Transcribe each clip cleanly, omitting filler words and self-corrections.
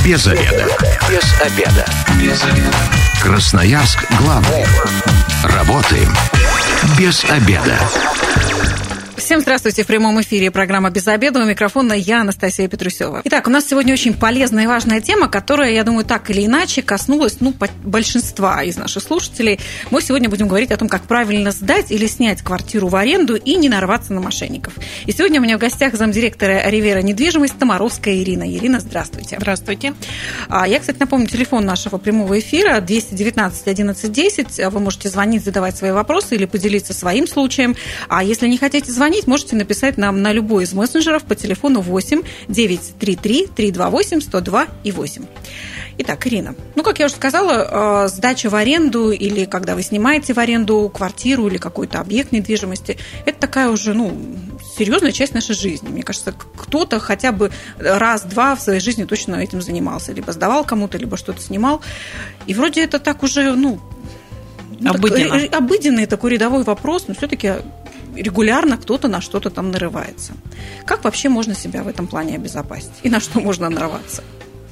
Без обеда. Без обеда. Без обеда. Красноярск главный. Работаем без обеда. Всем здравствуйте. В прямом эфире программа «Без обеда». У микрофона я, Анастасия Петрусева. Итак, у нас сегодня очень полезная и важная тема, которая, я думаю, так или иначе коснулась большинства из наших слушателей. Мы сегодня будем говорить о том, как правильно сдать или снять квартиру в аренду и не нарваться на мошенников. И сегодня у меня в гостях замдиректора «Ривера Недвижимость» Тамаровская Ирина. Ирина, здравствуйте. Здравствуйте. Я, кстати, напомню, телефон нашего прямого эфира 219 11 10. Вы можете звонить, задавать свои вопросы или поделиться своим случаем. А если не хотите звонить, можете написать нам на любой из мессенджеров по телефону 8 933 328 102 и 8. Итак, Ирина, как я уже сказала, сдача в аренду или когда вы снимаете в аренду квартиру или какой-то объект недвижимости, это такая уже, серьезная часть нашей жизни. Мне кажется, кто-то хотя бы раз-два в своей жизни точно этим занимался. Либо сдавал кому-то, либо что-то снимал. И вроде это так уже, обыденный такой рядовой вопрос, но все-таки регулярно кто-то на что-то там нарывается. Как вообще можно себя в этом плане обезопасить? И на что можно нарваться?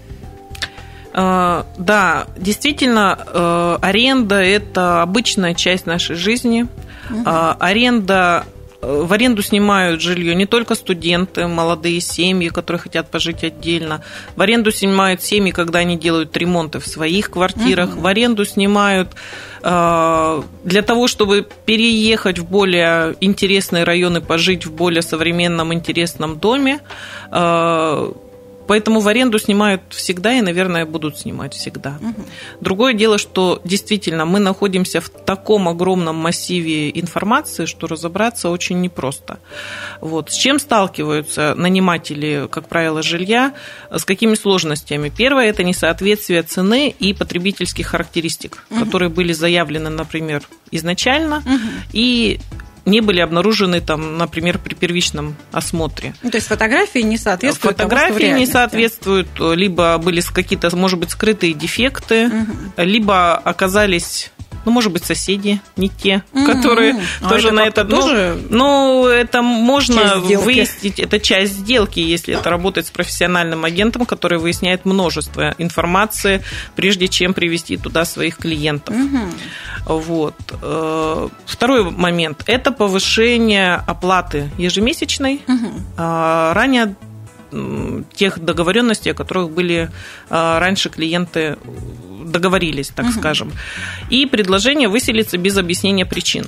Да, действительно, аренда – это обычная часть нашей жизни. В аренду снимают жилье не только студенты, молодые семьи, которые хотят пожить отдельно. В аренду снимают семьи, когда они делают ремонты в своих квартирах. В аренду снимают для того, чтобы переехать в более интересные районы, пожить в более современном, интересном доме. Поэтому в аренду снимают всегда и, наверное, будут снимать всегда. Другое дело, что действительно мы находимся в таком огромном массиве информации, что разобраться очень непросто. С чем сталкиваются наниматели, как правило, жилья, с какими сложностями? Первое – это несоответствие цены и потребительских характеристик, которые были заявлены, например, изначально, и не были обнаружены, например, при первичном осмотре. То есть фотографии не соответствуют Фотографии не соответствуют, либо были какие-то, может быть, скрытые дефекты, либо оказались, может быть, соседи не те, которые тоже на это... это можно выяснить, это часть сделки, если это работает с профессиональным агентом, который выясняет множество информации, прежде чем привести туда своих клиентов. Второй момент – это повышение оплаты ежемесячной. Ранее тех договоренностей, о которых были раньше клиенты договорились, так скажем. И предложение выселиться без объяснения причин.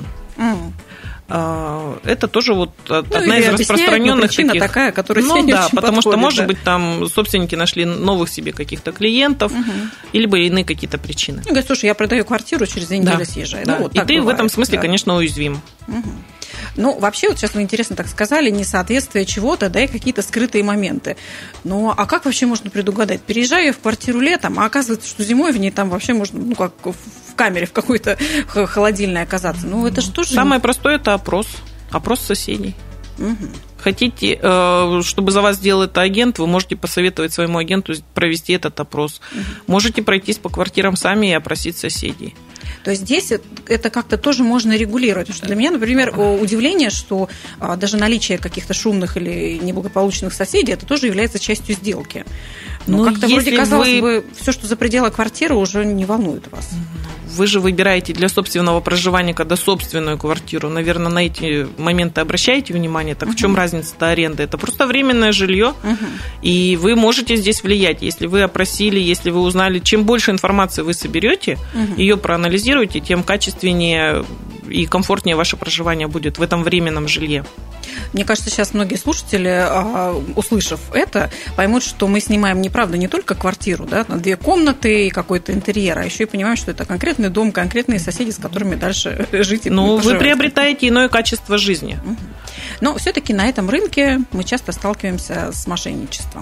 Это тоже одна из распространенных причина таких. Такая, которая не очень потому подходит, что, может быть, там собственники нашли новых себе каких-то клиентов, либо иные какие-то причины. Говорят, слушай, я продаю квартиру, через 2 недели съезжаю. Да. И ты бывает, в этом смысле, конечно, уязвим. Вообще, сейчас вы интересно так сказали, несоответствие чего-то, и какие-то скрытые моменты. А как вообще можно предугадать? Переезжаю я в квартиру летом, а оказывается, что зимой в ней там вообще можно, как в камере в какой-то холодильной оказаться. Это же тоже... Самое простое – это опрос соседей. Хотите, чтобы за вас сделал это агент, вы можете посоветовать своему агенту провести этот опрос. Можете пройтись по квартирам сами и опросить соседей. То есть здесь это как-то тоже можно регулировать. Потому что для меня, например, удивление, что даже наличие каких-то шумных или неблагополучных соседей, это тоже является частью сделки. Но как-то вроде казалось бы, все, что за пределы квартиры, уже не волнует вас. Вы же выбираете для собственного проживания, когда собственную квартиру, наверное, на эти моменты обращаете внимание. Так в чем разница-то аренды? Это просто временное жилье, и вы можете здесь влиять. Если вы опросили, если вы узнали, чем больше информации вы соберете, ее проанализируете, тем качественнее и комфортнее ваше проживание будет в этом временном жилье. Мне кажется, сейчас многие слушатели, услышав это, поймут, что мы снимаем, не только квартиру, на 2 комнаты и какой-то интерьер, а еще и понимаем, что это конкретный дом, конкретные соседи, с которыми дальше жить и поживать. Вы приобретаете иное качество жизни. Но все-таки на этом рынке мы часто сталкиваемся с мошенничеством.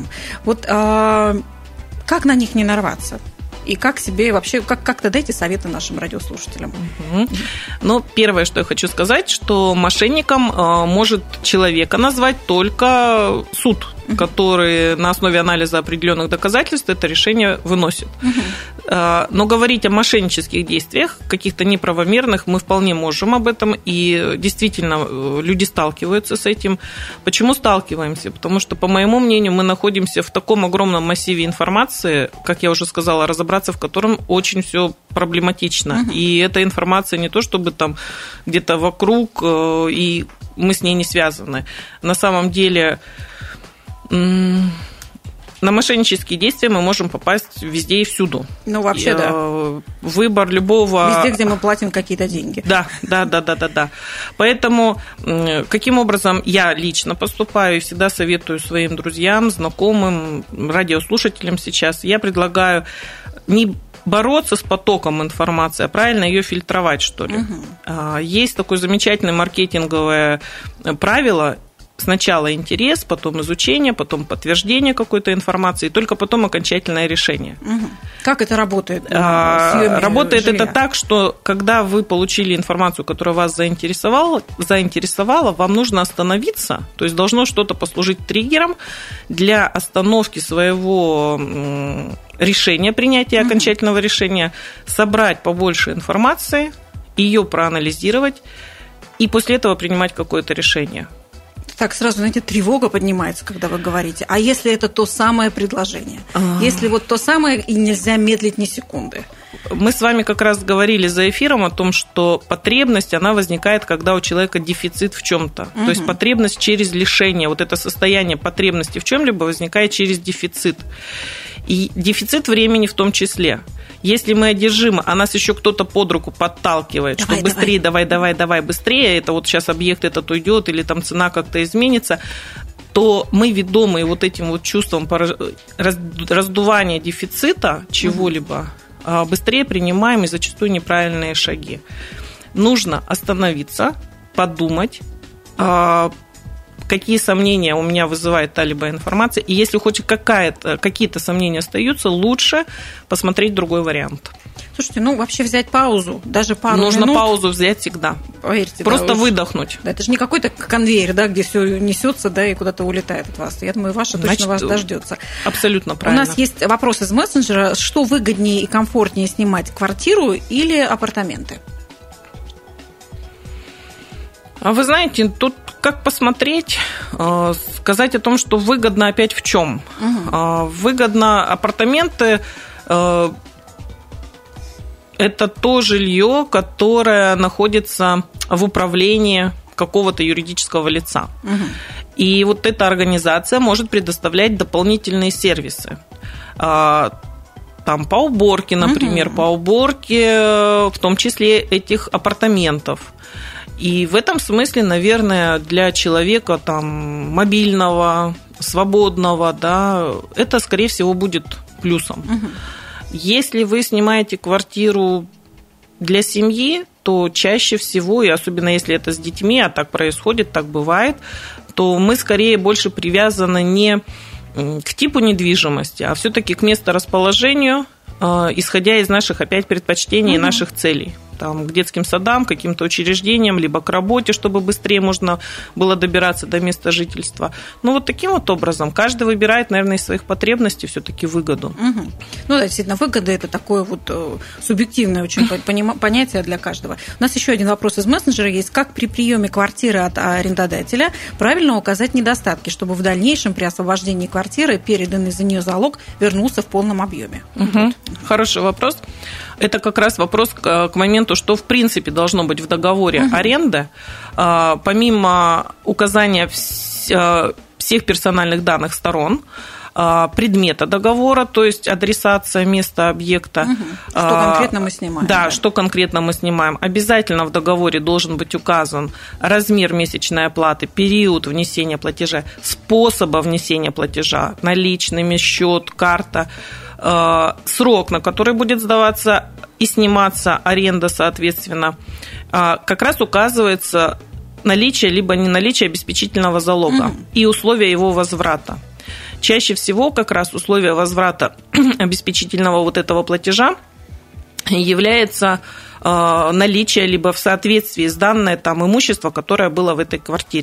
Как на них не нарваться? И как себе вообще, как-то дайте советы нашим радиослушателям. Первое, что я хочу сказать, что мошенником может человека назвать только суд. который на основе анализа определенных доказательств это решение выносит. Но говорить о мошеннических действиях, каких-то неправомерных, мы вполне можем об этом, и действительно люди сталкиваются с этим. Почему сталкиваемся? Потому что, по моему мнению, мы находимся в таком огромном массиве информации, как я уже сказала, разобраться в котором очень все проблематично. И эта информация не то, чтобы там где-то вокруг, и мы с ней не связаны. На самом деле, на мошеннические действия мы можем попасть везде и всюду. Ну, вообще, да. Выбор любого... Везде, где мы платим какие-то деньги. Да. Поэтому каким образом я лично поступаю и всегда советую своим друзьям, знакомым, радиослушателям сейчас, я предлагаю не бороться с потоком информации, а правильно ее фильтровать, что ли. Есть такое замечательное маркетинговое правило: сначала интерес, потом изучение, потом подтверждение какой-то информации, и только потом окончательное решение. Как это работает? Работает жилья? Это так, что когда вы получили информацию, которая вас заинтересовала, вам нужно остановиться, то есть должно что-то послужить триггером для остановки своего решения, принятия окончательного решения, собрать побольше информации, ее проанализировать и после этого принимать какое-то решение. Так, сразу, знаете, тревога поднимается, когда вы говорите. А если это то самое предложение? Если вот то самое, и нельзя медлить ни секунды? Мы с вами как раз говорили за эфиром о том, что потребность, она возникает, когда у человека дефицит в чем-то. То есть потребность через лишение. Вот это состояние потребности в чем-либо возникает через дефицит. И дефицит времени в том числе. Если мы одержимы, а нас еще кто-то под руку подталкивает, что быстрее, давай, быстрее, это вот сейчас объект этот уйдет, или там цена как-то изменится, то мы, ведомые вот этим вот чувством раздувания дефицита чего-либо, быстрее принимаем и зачастую неправильные шаги. Нужно остановиться, подумать, какие сомнения у меня вызывает та-либо информация, и если хоть какие-то сомнения остаются, лучше посмотреть другой вариант. Слушайте, вообще взять паузу, даже пару минут. Нужно паузу взять всегда. Поверьте, просто выдохнуть. Да, это же не какой-то конвейер, да, где все несется, да, и куда-то улетает от вас. Я думаю, ваша точно вас дождется. Абсолютно правильно. У нас есть вопрос из мессенджера. Что выгоднее и комфортнее снимать, квартиру или апартаменты? А вы знаете, тут как посмотреть, сказать о том, что выгодно опять в чем? Выгодно апартаменты. Это то жилье, которое находится в управлении какого-то юридического лица. И вот эта организация может предоставлять дополнительные сервисы. Там по уборке, например, по уборке, в том числе этих апартаментов. И в этом смысле, наверное, для человека там мобильного, свободного, да, это, скорее всего, будет плюсом. Если вы снимаете квартиру для семьи, то чаще всего, и особенно если это с детьми, а так происходит, так бывает, то мы скорее больше привязаны не к типу недвижимости, а все-таки к месторасположению, исходя из наших опять предпочтений и наших целей. Там, к детским садам, к каким-то учреждениям, либо к работе, чтобы быстрее можно было добираться до места жительства. Ну, вот таким вот образом каждый выбирает, наверное, из своих потребностей все-таки выгоду. Ну, да, действительно, выгода – это такое вот субъективное очень понятие для каждого. У нас еще один вопрос из мессенджера есть. Как при приеме квартиры от арендодателя правильно указать недостатки, чтобы в дальнейшем при освобождении квартиры переданный за нее залог вернулся в полном объеме? Хороший вопрос. Это как раз вопрос к моменту, что в принципе должно быть в договоре аренды. Помимо указания всех персональных данных сторон, предмета договора, то есть адресация места объекта. Что конкретно мы снимаем. Да, что конкретно мы снимаем. Обязательно в договоре должен быть указан размер месячной оплаты, период внесения платежа, способа внесения платежа, наличными, счет, карта, срок, на который будет сдаваться и сниматься аренда, соответственно. Как раз указывается наличие либо не наличие обеспечительного залога и условия его возврата. Чаще всего как раз условия возврата обеспечительного вот этого платежа является наличие либо в соответствии с данное там имущество, которое было в этой квартире.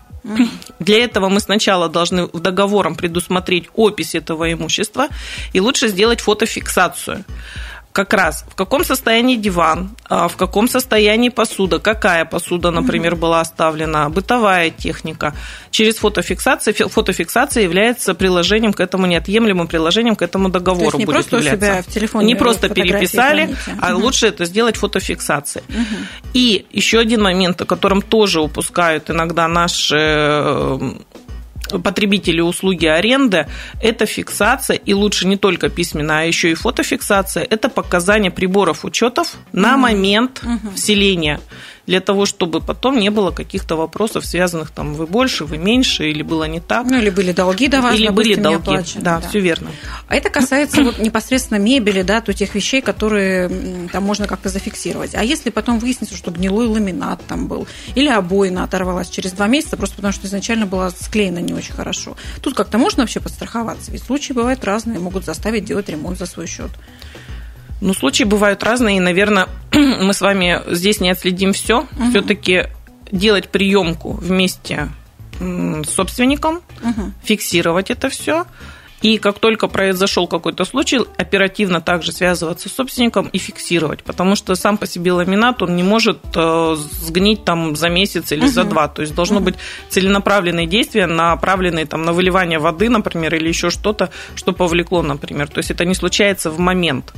Для этого мы сначала должны договором предусмотреть опись этого имущества и лучше сделать фотофиксацию. Как раз в каком состоянии диван, в каком состоянии посуда, какая посуда, например, была оставлена, бытовая техника. Через фотофиксация является приложением к этому, неотъемлемым приложением к этому договору. То есть не будет просто являться. У себя в телефоне не просто переписали, а лучше это сделать фотофиксацией. И еще один момент, о котором тоже упускают иногда наши потребители услуги аренды, это фиксация, и лучше не только письменная, а еще и фотофиксация, это показания приборов учетов на момент вселения, для того, чтобы потом не было каких-то вопросов, связанных там вы больше, вы меньше, или было не так. Ну, или были долги до вас, или были долги, оплачены, да, все верно. А это касается вот непосредственно мебели, да, то тех вещей, которые там можно как-то зафиксировать. А если потом выяснится, что гнилой ламинат там был, или обоина оторвалась через 2 месяца, просто потому что изначально была склеена не очень хорошо, тут как-то можно вообще подстраховаться? Ведь случаи бывают разные, могут заставить делать ремонт за свой счет. Ну, случаи бывают разные, и, наверное, мы с вами здесь не отследим все. Все-таки делать приемку вместе с собственником, фиксировать это все. И как только произошел какой-то случай, оперативно также связываться с собственником и фиксировать, потому что сам по себе ламинат, он не может сгнить там за месяц или за 2. То есть должно быть целенаправленные действия, направленные там на выливание воды, например, или еще что-то, что повлекло, например. То есть это не случается в момент.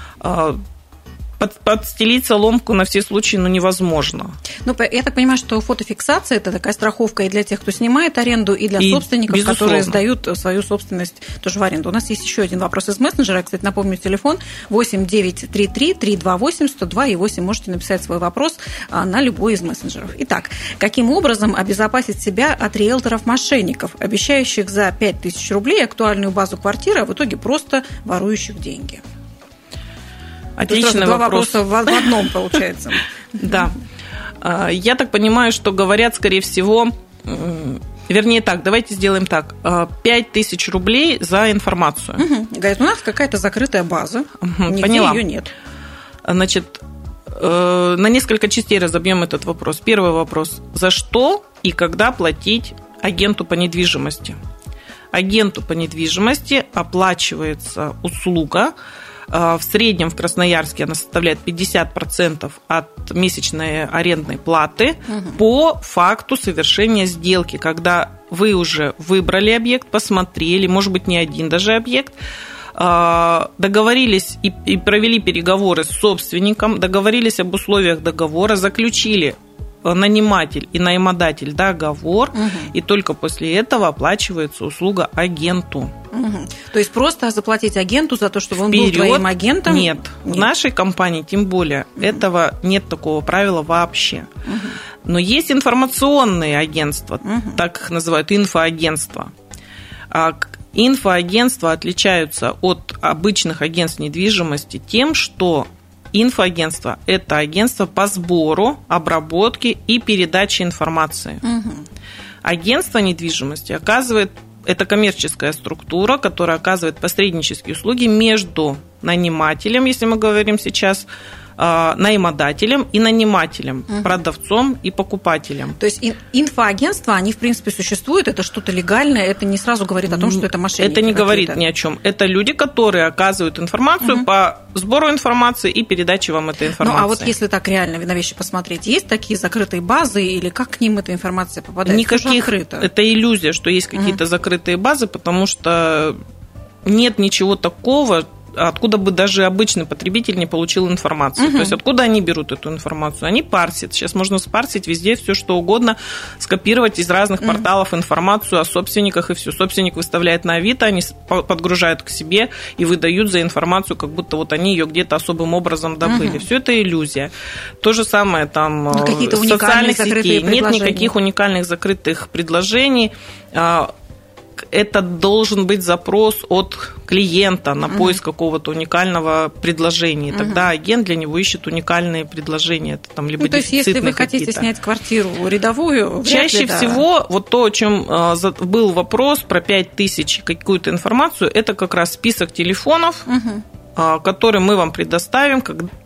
Подстелить соломку на все случаи невозможно. Ну, я так понимаю, что фотофиксация – это такая страховка и для тех, кто снимает аренду, и для собственников, безусловно, которые сдают свою собственность тоже в аренду. У нас есть еще один вопрос из мессенджера. Кстати, напомню, телефон 8-933-328-102 Можете написать свой вопрос на любой из мессенджеров. Итак, каким образом обезопасить себя от риэлторов-мошенников, обещающих за 5000 рублей актуальную базу квартиры, а в итоге просто ворующих деньги? Отличный вопрос. 2 вопроса в одном, получается. Да. Я так понимаю, что говорят, скорее всего, вернее так, давайте сделаем так, 5000 рублей за информацию. Говорят, у нас какая-то закрытая база, нигде Поняла. ее нет. Значит, на несколько частей разобьем этот вопрос. Первый вопрос. За что и когда платить агенту по недвижимости? Агенту по недвижимости оплачивается услуга. В среднем в Красноярске она составляет 50% от месячной арендной платы по факту совершения сделки, когда вы уже выбрали объект, посмотрели, может быть, не один даже объект, договорились и провели переговоры с собственником, договорились об условиях договора, заключили наниматель и наймодатель договор, и только после этого оплачивается услуга агенту. То есть просто заплатить агенту за то, чтобы он был твоим агентом? Нет. В нашей компании тем более этого нет такого правила вообще. Но есть информационные агентства, так их называют, инфоагентства. Инфоагентства отличаются от обычных агентств недвижимости тем, что инфоагентство – это агентство по сбору, обработке и передаче информации. Агентство недвижимости оказывает, это коммерческая структура, которая оказывает посреднические услуги между нанимателем, если мы говорим сейчас, наймодателем и нанимателем, продавцом и покупателем. То есть инфоагентства, они в принципе существуют, это что-то легальное, это не сразу говорит о том, что это мошенники. Это не говорит ни о чем. Это люди, которые оказывают информацию по сбору информации и передаче вам этой информации. Ну, а вот если так реально на вещи посмотреть, есть такие закрытые базы или как к ним эта информация попадает? Никаких. Это иллюзия, что есть какие-то закрытые базы, потому что нет ничего такого, откуда бы даже обычный потребитель не получил информацию. То есть откуда они берут эту информацию? Они парсят. Сейчас можно спарсить везде все, что угодно, скопировать из разных порталов информацию о собственниках, и все. Собственник выставляет на Авито, они подгружают к себе и выдают за информацию, как будто вот они ее где-то особым образом добыли. Все это иллюзия. То же самое там в социальных сетей. Нет никаких уникальных закрытых предложений. Это должен быть запрос от клиента на поиск какого-то уникального предложения. Тогда агент для него ищет уникальные предложения. Это там либо то есть, если вы хотите снять квартиру рядовую, чаще всего вот то, о чем был вопрос про 5000, какую-то информацию, это как раз список телефонов, который мы вам предоставим,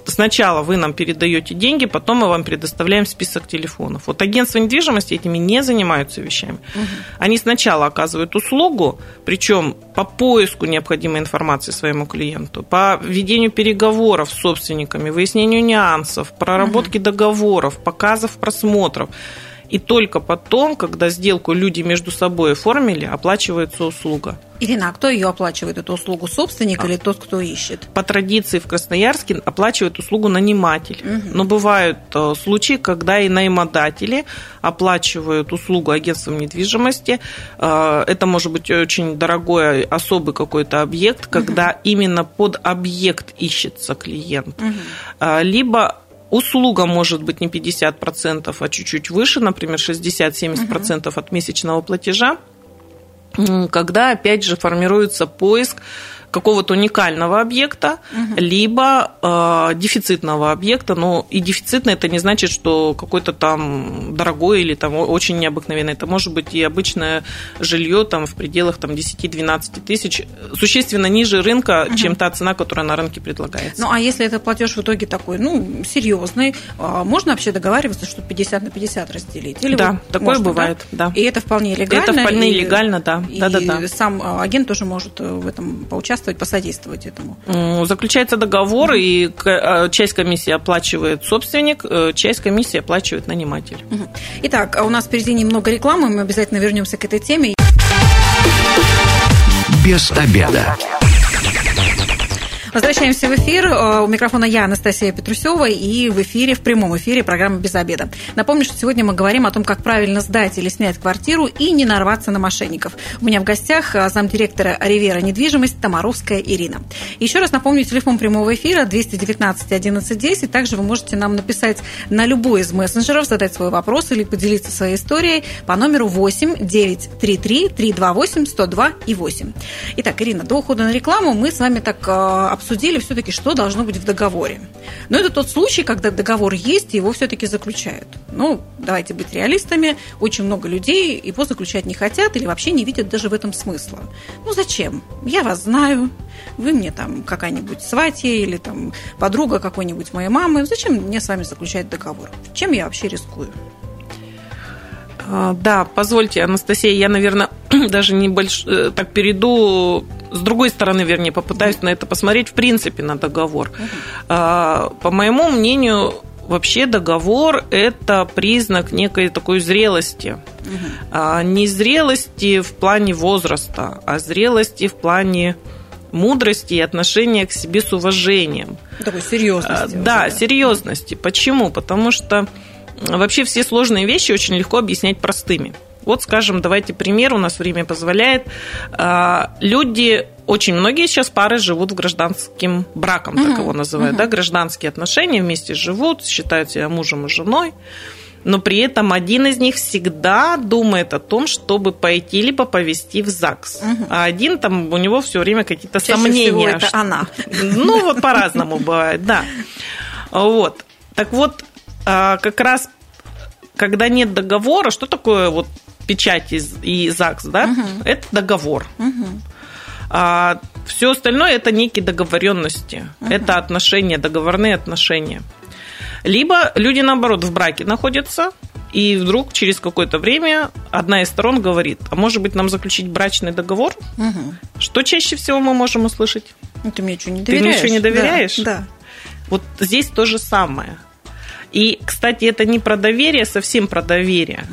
сначала вы нам передаете деньги, потом мы вам предоставляем список телефонов. Вот агентства недвижимости этими не занимаются вещами. Они сначала оказывают услугу, причем по поиску необходимой информации своему клиенту, по ведению переговоров с собственниками, выяснению нюансов, проработке договоров, показов, просмотров. И только потом, когда сделку люди между собой оформили, оплачивается услуга. Ирина, а кто ее оплачивает, эту услугу? Собственник или тот, кто ищет? По традиции в Красноярске оплачивает услугу наниматель. Но бывают случаи, когда и наймодатели оплачивают услугу агентством недвижимости. Это может быть очень дорогой, особый какой-то объект, когда именно под объект ищется клиент. Либо услуга может быть не 50%, а чуть-чуть выше, например, 60-70% от месячного платежа, когда, опять же, формируется поиск какого-то уникального объекта, либо дефицитного объекта. Но и дефицитный – это не значит, что какой-то там дорогой или там очень необыкновенный. Это может быть и обычное жилье там, в пределах там, 10-12 тысяч, существенно ниже рынка, чем та цена, которая на рынке предлагается. Ну, а если это платеж в итоге такой, серьезный, можно вообще договариваться, что 50 на 50 разделить? Или да, такое бывает, да. И это вполне легально? Это вполне легально, да. И сам агент тоже может в этом поучаствовать, посодействовать этому? Заключается договор, и часть комиссии оплачивает собственник, часть комиссии оплачивает наниматель. Итак, у нас впереди немного рекламы, мы обязательно вернемся к этой теме. Без обеда. Возвращаемся в эфир. У микрофона я, Анастасия Петрусева, и в прямом эфире программа «Без обеда». Напомню, что сегодня мы говорим о том, как правильно сдать или снять квартиру и не нарваться на мошенников. У меня в гостях замдиректора «Ривера недвижимость» Тамаровская Ирина. Еще раз напомню, телефон прямого эфира 219 11 10. Также вы можете нам написать на любой из мессенджеров, задать свой вопрос или поделиться своей историей по номеру 8 933 328 102 и 8. Итак, Ирина, до ухода на рекламу мы с вами так обсудили все-таки, что должно быть в договоре. Но это тот случай, когда договор есть, и его все-таки заключают. Давайте быть реалистами. Очень много людей его заключать не хотят или вообще не видят даже в этом смысла. Зачем? Я вас знаю. Вы мне там какая-нибудь сватья или там подруга какой-нибудь моей мамы. Зачем мне с вами заключать договор? Чем я вообще рискую? Да, позвольте, Анастасия, я, наверное, даже так перейду с другой стороны, попытаюсь на это посмотреть, в принципе, на договор. По моему мнению, вообще договор – это признак некой такой зрелости. Не зрелости в плане возраста, а зрелости в плане мудрости и отношения к себе с уважением. Такой серьезности. Да, серьезности. Почему? Потому что вообще все сложные вещи очень легко объяснять простыми. Вот, скажем, давайте пример, у нас время позволяет. Люди, очень многие сейчас пары живут в гражданским браком, так его называют, да, гражданские отношения, вместе живут, считают себя мужем и женой, но при этом один из них всегда думает о том, чтобы пойти либо повезти в ЗАГС, а один там, у него все время какие-то сомнения. Всего это она. По-разному бывает, да. Вот. Так вот, как раз, когда нет договора, что такое печать и ЗАГС, да? Это договор. А все остальное – это некие договоренности, это отношения, договорные отношения. Либо люди, наоборот, в браке находятся, и вдруг через какое-то время одна из сторон говорит: а может быть, нам заключить брачный договор? Что чаще всего мы можем услышать? Ты мне что, не доверяешь? Ты мне что, не доверяешь? Да. Вот здесь то же самое. И, кстати, это не про доверие, совсем про доверие.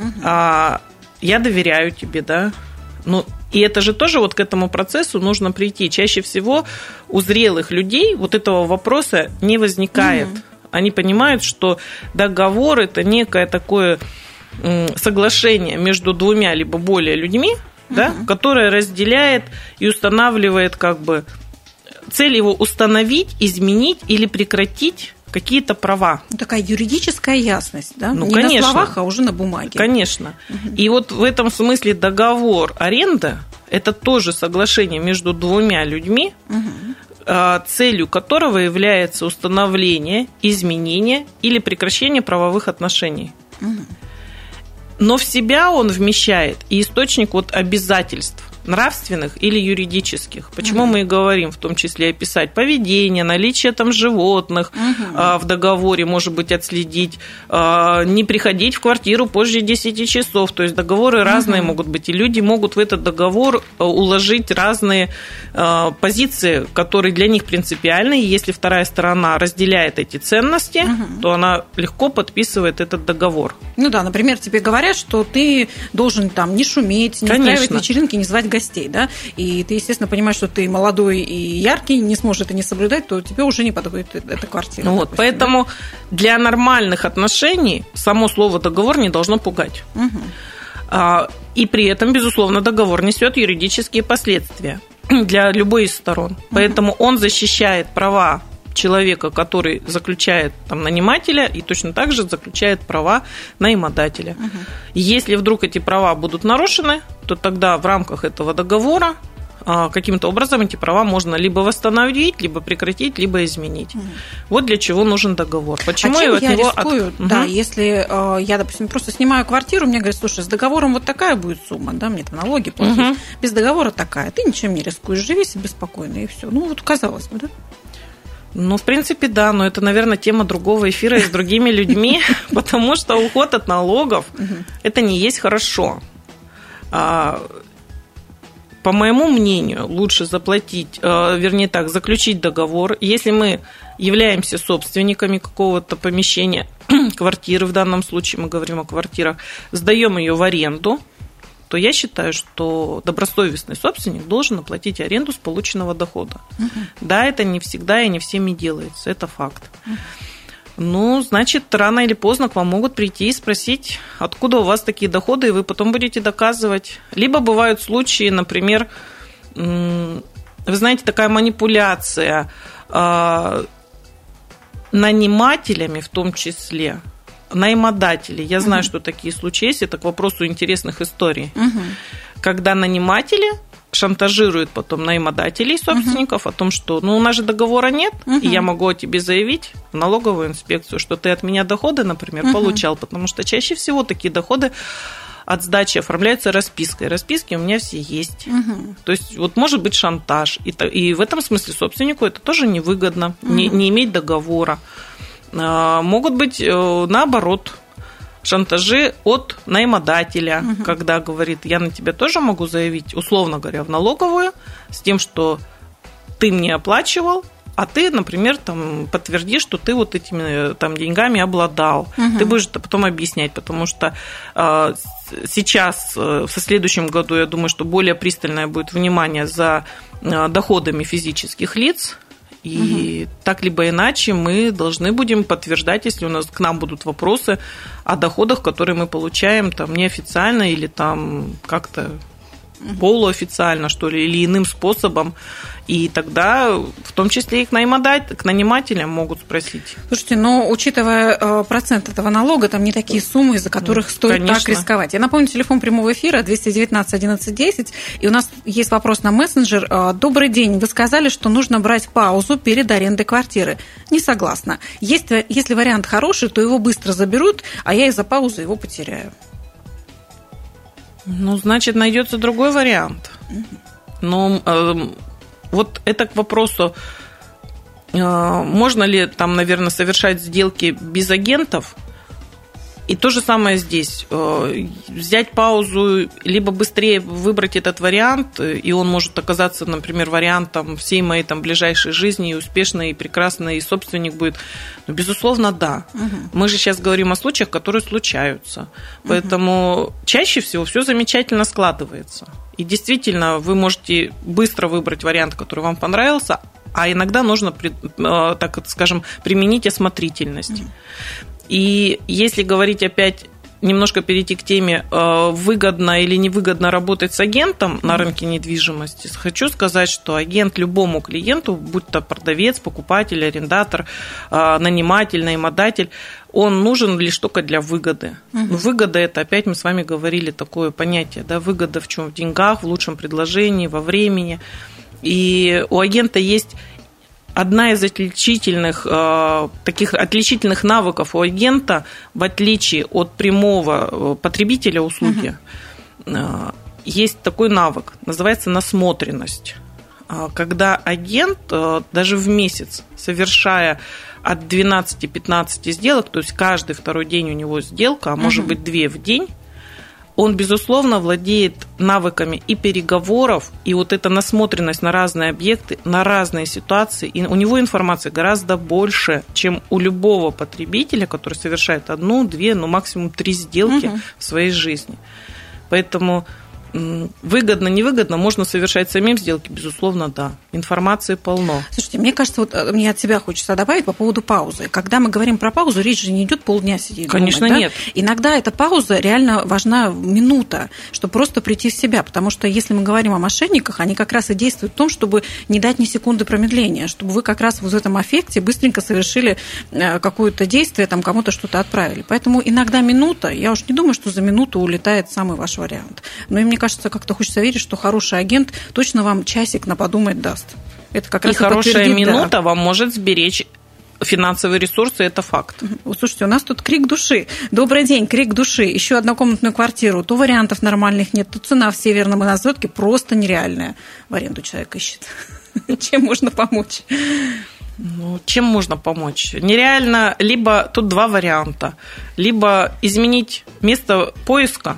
Я доверяю тебе, да? И это же тоже к этому процессу нужно прийти. Чаще всего у зрелых людей этого вопроса не возникает. Они понимают, что договор – это некое такое соглашение между двумя либо более людьми, да, которое разделяет и устанавливает цель его установить, изменить или прекратить какие-то права. Такая юридическая ясность, да? Не конечно. На словах, а уже на бумаге. Конечно. И в этом смысле договор аренды – это тоже соглашение между двумя людьми, целью которого является установление, изменение или прекращение правовых отношений. Но в себя он вмещает и источник обязательств. нравственных или юридических. Почему мы и говорим, в том числе описать поведение, наличие там животных в договоре, может быть, отследить, не приходить в квартиру позже 10 часов. То есть договоры разные могут быть, и люди могут в этот договор уложить разные позиции, которые для них принципиальны, и если вторая сторона разделяет эти ценности, то она легко подписывает этот договор. Ну да, например, тебе говорят, что ты должен там не шуметь, не устраивать вечеринки, не звать гостей, да, и ты, естественно, понимаешь, что ты молодой и яркий, не сможешь это не соблюдать, то тебе уже не подходит эта квартира. Вот, допустим, поэтому для нормальных отношений само слово «договор» не должно пугать. И при этом, безусловно, договор несет юридические последствия для любой из сторон. Поэтому он защищает права человека, который заключает там нанимателя, и точно так же заключает права наимодателя. Если вдруг эти права будут нарушены, то тогда в рамках этого договора каким-то образом эти права можно либо восстановить, либо прекратить, либо изменить. Вот для чего нужен договор. Почему я рискую? Да, если я, допустим, просто снимаю квартиру, мне говорят, слушай, с договором вот такая будет сумма, да, мне там налоги платить, без договора такая, ты ничем не рискуешь, живи себе спокойно, и все. Ну, вот казалось бы, да? Ну, в принципе, да, но это, наверное, тема другого эфира и с другими людьми, потому что уход от налогов – это не есть хорошо. По моему мнению, лучше заключить договор. Если мы являемся собственниками какого-то помещения, квартиры, в данном случае мы говорим о квартирах, сдаем ее в аренду, то я считаю, что добросовестный собственник должен оплатить аренду с полученного дохода. Да, это не всегда и не всеми делается, это факт. Ну, значит, рано или поздно к вам могут прийти и спросить, откуда у вас такие доходы, и вы потом будете доказывать. Либо бывают случаи, например, вы знаете, такая манипуляция нанимателями в том числе, наимодатели. Я знаю, что такие случаи есть, это к вопросу интересных историй. Когда наниматели шантажирует потом наимодателей, собственников, о том, что у нас же договора нет, и я могу о тебе заявить в налоговую инспекцию, что ты от меня доходы, например, получал, потому что чаще всего такие доходы от сдачи оформляются распиской. Расписки у меня все есть. То есть вот может быть шантаж. И в этом смысле собственнику это тоже невыгодно, не иметь договора. Могут быть наоборот шантажи от наимодателя, когда говорит, я на тебя тоже могу заявить, условно говоря, в налоговую, с тем, что ты мне оплачивал, а ты, например, там, подтвердишь, что ты вот этими там, деньгами обладал. Ты будешь это потом объяснять, потому что сейчас, в следующем году, я думаю, что более пристальное будет внимание за доходами физических лиц. И так либо иначе мы должны будем подтверждать, если у нас к нам будут вопросы о доходах, которые мы получаем там, неофициально или там как-то полуофициально, что ли, или иным способом. И тогда, в том числе и к нанимателям могут спросить. Слушайте, но учитывая процент этого налога, там не такие суммы, из-за которых стоит так рисковать. Я напомню, телефон прямого эфира 219 11 10, и у нас есть вопрос на мессенджер. Добрый день, вы сказали, что нужно брать паузу перед арендой квартиры. Не согласна. Если вариант хороший, то его быстро заберут, а я из-за паузы его потеряю. Ну, значит, найдется другой вариант. Но вот это к вопросу, можно ли там, наверное, совершать сделки без агентов. И то же самое здесь. Взять паузу, либо быстрее выбрать этот вариант, и он может оказаться, например, вариантом всей моей там, ближайшей жизни, и успешной, и прекрасной, и собственник будет. Ну, безусловно, да. Мы же сейчас говорим о случаях, которые случаются. Поэтому чаще всего все замечательно складывается. И действительно, вы можете быстро выбрать вариант, который вам понравился, а иногда нужно, так скажем, применить осмотрительность. И если говорить опять, немножко перейти к теме, выгодно или невыгодно работать с агентом на рынке недвижимости, хочу сказать, что агент любому клиенту, будь то продавец, покупатель, арендатор, наниматель, наимодатель, он нужен лишь только для выгоды. Выгода – это, опять мы с вами говорили, такое понятие, да, выгода в чем? В деньгах, в лучшем предложении, во времени. И у агента есть одна из отличительных навыков у агента, в отличие от прямого потребителя услуги, есть такой навык, называется насмотренность. Когда агент даже в месяц, совершая от 12-15 сделок, то есть каждый второй день у него сделка, а может быть 2 в день, он, безусловно, владеет навыками и переговоров, и вот эта насмотренность на разные объекты, на разные ситуации, и у него информации гораздо больше, чем у любого потребителя, который совершает 1, 2, ну максимум 3 сделки в своей жизни. Поэтому выгодно, невыгодно, можно совершать самим сделки, безусловно, да. Информации полно. Слушайте, мне кажется, вот мне от себя хочется добавить по поводу паузы. Когда мы говорим про паузу, речь же не идет полдня сидеть. Конечно, думать, нет. Да? Иногда эта пауза реально важна минута, чтобы просто прийти в себя, потому что если мы говорим о мошенниках, они как раз и действуют в том, чтобы не дать ни секунды промедления, чтобы вы как раз вот в этом аффекте быстренько совершили какое-то действие, там кому-то что-то отправили. Поэтому иногда минута, я уж не думаю, что за минуту улетает самый ваш вариант. Но и мне кажется, как-то хочется верить, что хороший агент точно вам часик на подумать даст. Это как раз и хорошая минута вам может сберечь финансовые ресурсы, это факт. Слушайте, у нас тут крик души. Добрый день, крик души. Еще однокомнатную квартиру. То вариантов нормальных нет, то цена в Северном Иноземке просто нереальная. В аренду человек ищет. Чем можно помочь? Ну, чем можно помочь? Нереально, либо тут 2 варианта. Либо изменить место поиска,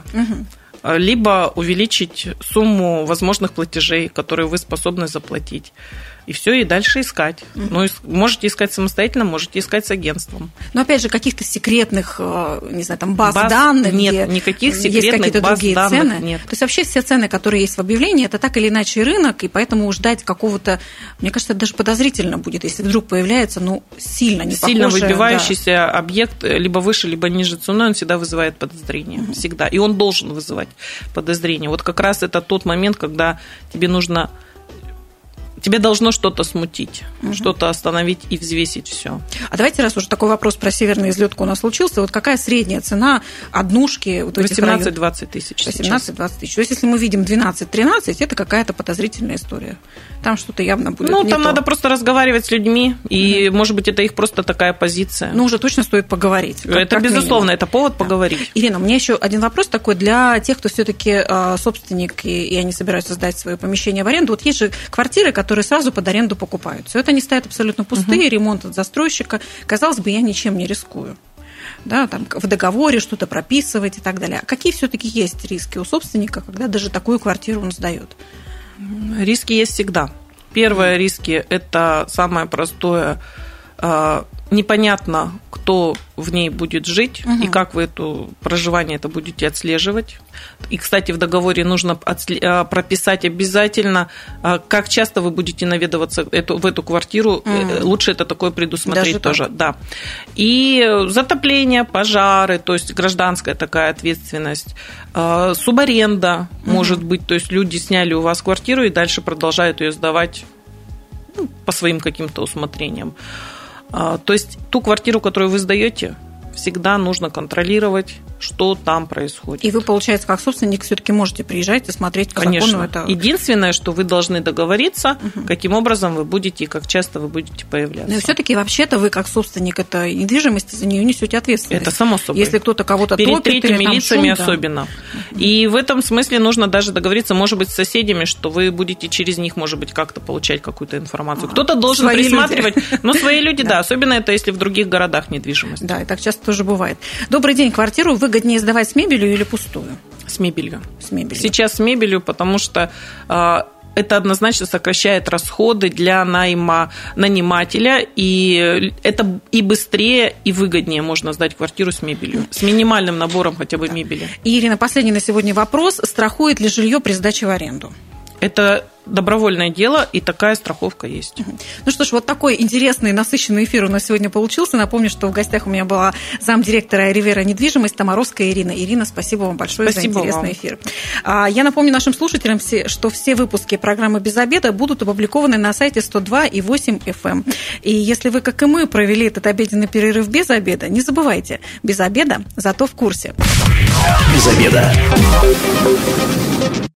либо увеличить сумму возможных платежей, которые вы способны заплатить. И все, и дальше искать. Ну, можете искать самостоятельно, можете искать с агентством. Но опять же, каких-то секретных, не знаю, там баз данных, нет, где никаких секретных есть какие-то баз другие данных цены. Нет. То есть вообще все цены, которые есть в объявлении, это так или иначе рынок, и поэтому ждать какого-то, мне кажется, это даже подозрительно будет, если вдруг появляется, сильно не сильно похожее, выбивающийся объект, либо выше, либо ниже ценой, он всегда вызывает подозрение. Всегда. И он должен вызывать подозрение. Вот как раз это тот момент, когда тебе должно что-то смутить, что-то остановить и взвесить все. А давайте, раз уже такой вопрос про северную излетку у нас случился, вот какая средняя цена однушки? Вот 18-20 тысяч. 18-20 тысяч. То есть, если мы видим 12-13, это какая-то подозрительная история. Там что-то явно будет не там то. надо просто разговаривать с людьми, и, может быть, это их просто такая позиция. Уже точно стоит поговорить. Это, безусловно, это повод поговорить. Ирина, у меня еще один вопрос такой для тех, кто все-таки собственник, и они собираются сдать свое помещение в аренду. Вот есть же квартиры, которые сразу под аренду покупаются. Вот они стоят абсолютно пустые, ремонт от застройщика. Казалось бы, я ничем не рискую. Да, там в договоре что-то прописывать и так далее. А какие все-таки есть риски у собственника, когда даже такую квартиру он сдает? Риски есть всегда. Первые риски – это самое простое. Непонятно, кто в ней будет жить и как вы это проживание это будете отслеживать. И, кстати, в договоре нужно прописать обязательно, как часто вы будете наведываться в эту квартиру. Лучше это такое предусмотреть даже тоже. Да. И затопление, пожары, то есть гражданская такая ответственность. Субаренда может быть, то есть люди сняли у вас квартиру и дальше продолжают ее сдавать по своим каким-то усмотрениям. То есть ту квартиру, которую вы сдаете, всегда нужно контролировать, что там происходит. И вы, получается, как собственник, все-таки можете приезжать и смотреть по закону это. Единственное, что вы должны договориться, каким образом вы будете и как часто вы будете появляться. Но все-таки вообще-то вы, как собственник этой недвижимости, за нее несете ответственность. Это само собой. Если кто-то кого-то перед топит, третьими или лицами шум, особенно. И в этом смысле нужно даже договориться, может быть, с соседями, что вы будете через них, может быть, как-то получать какую-то информацию. Кто-то должен присматривать. Но свои люди, да, особенно это если в других городах недвижимость. Да, и так часто тоже бывает. Добрый день. Квартиру выгоднее сдавать с мебелью или пустую? С мебелью. С мебелью. Сейчас с мебелью, потому что это однозначно сокращает расходы для найма нанимателя, и это и быстрее, и выгоднее можно сдать квартиру с мебелью, с минимальным набором хотя бы мебели. И, Ирина, последний на сегодня вопрос. Страхует ли жилье при сдаче в аренду? Это добровольное дело, и такая страховка есть. Ну что ж, вот такой интересный, насыщенный эфир у нас сегодня получился. Напомню, что в гостях у меня была замдиректора Ривера недвижимость Тамаровская Ирина. Ирина, спасибо вам большое за интересный эфир. Я напомню нашим слушателям, что все выпуски программы «Без обеда» будут опубликованы на сайте 102.8 FM. И если вы, как и мы, провели этот обеденный перерыв без обеда, не забывайте, без обеда, зато в курсе. Без обеда.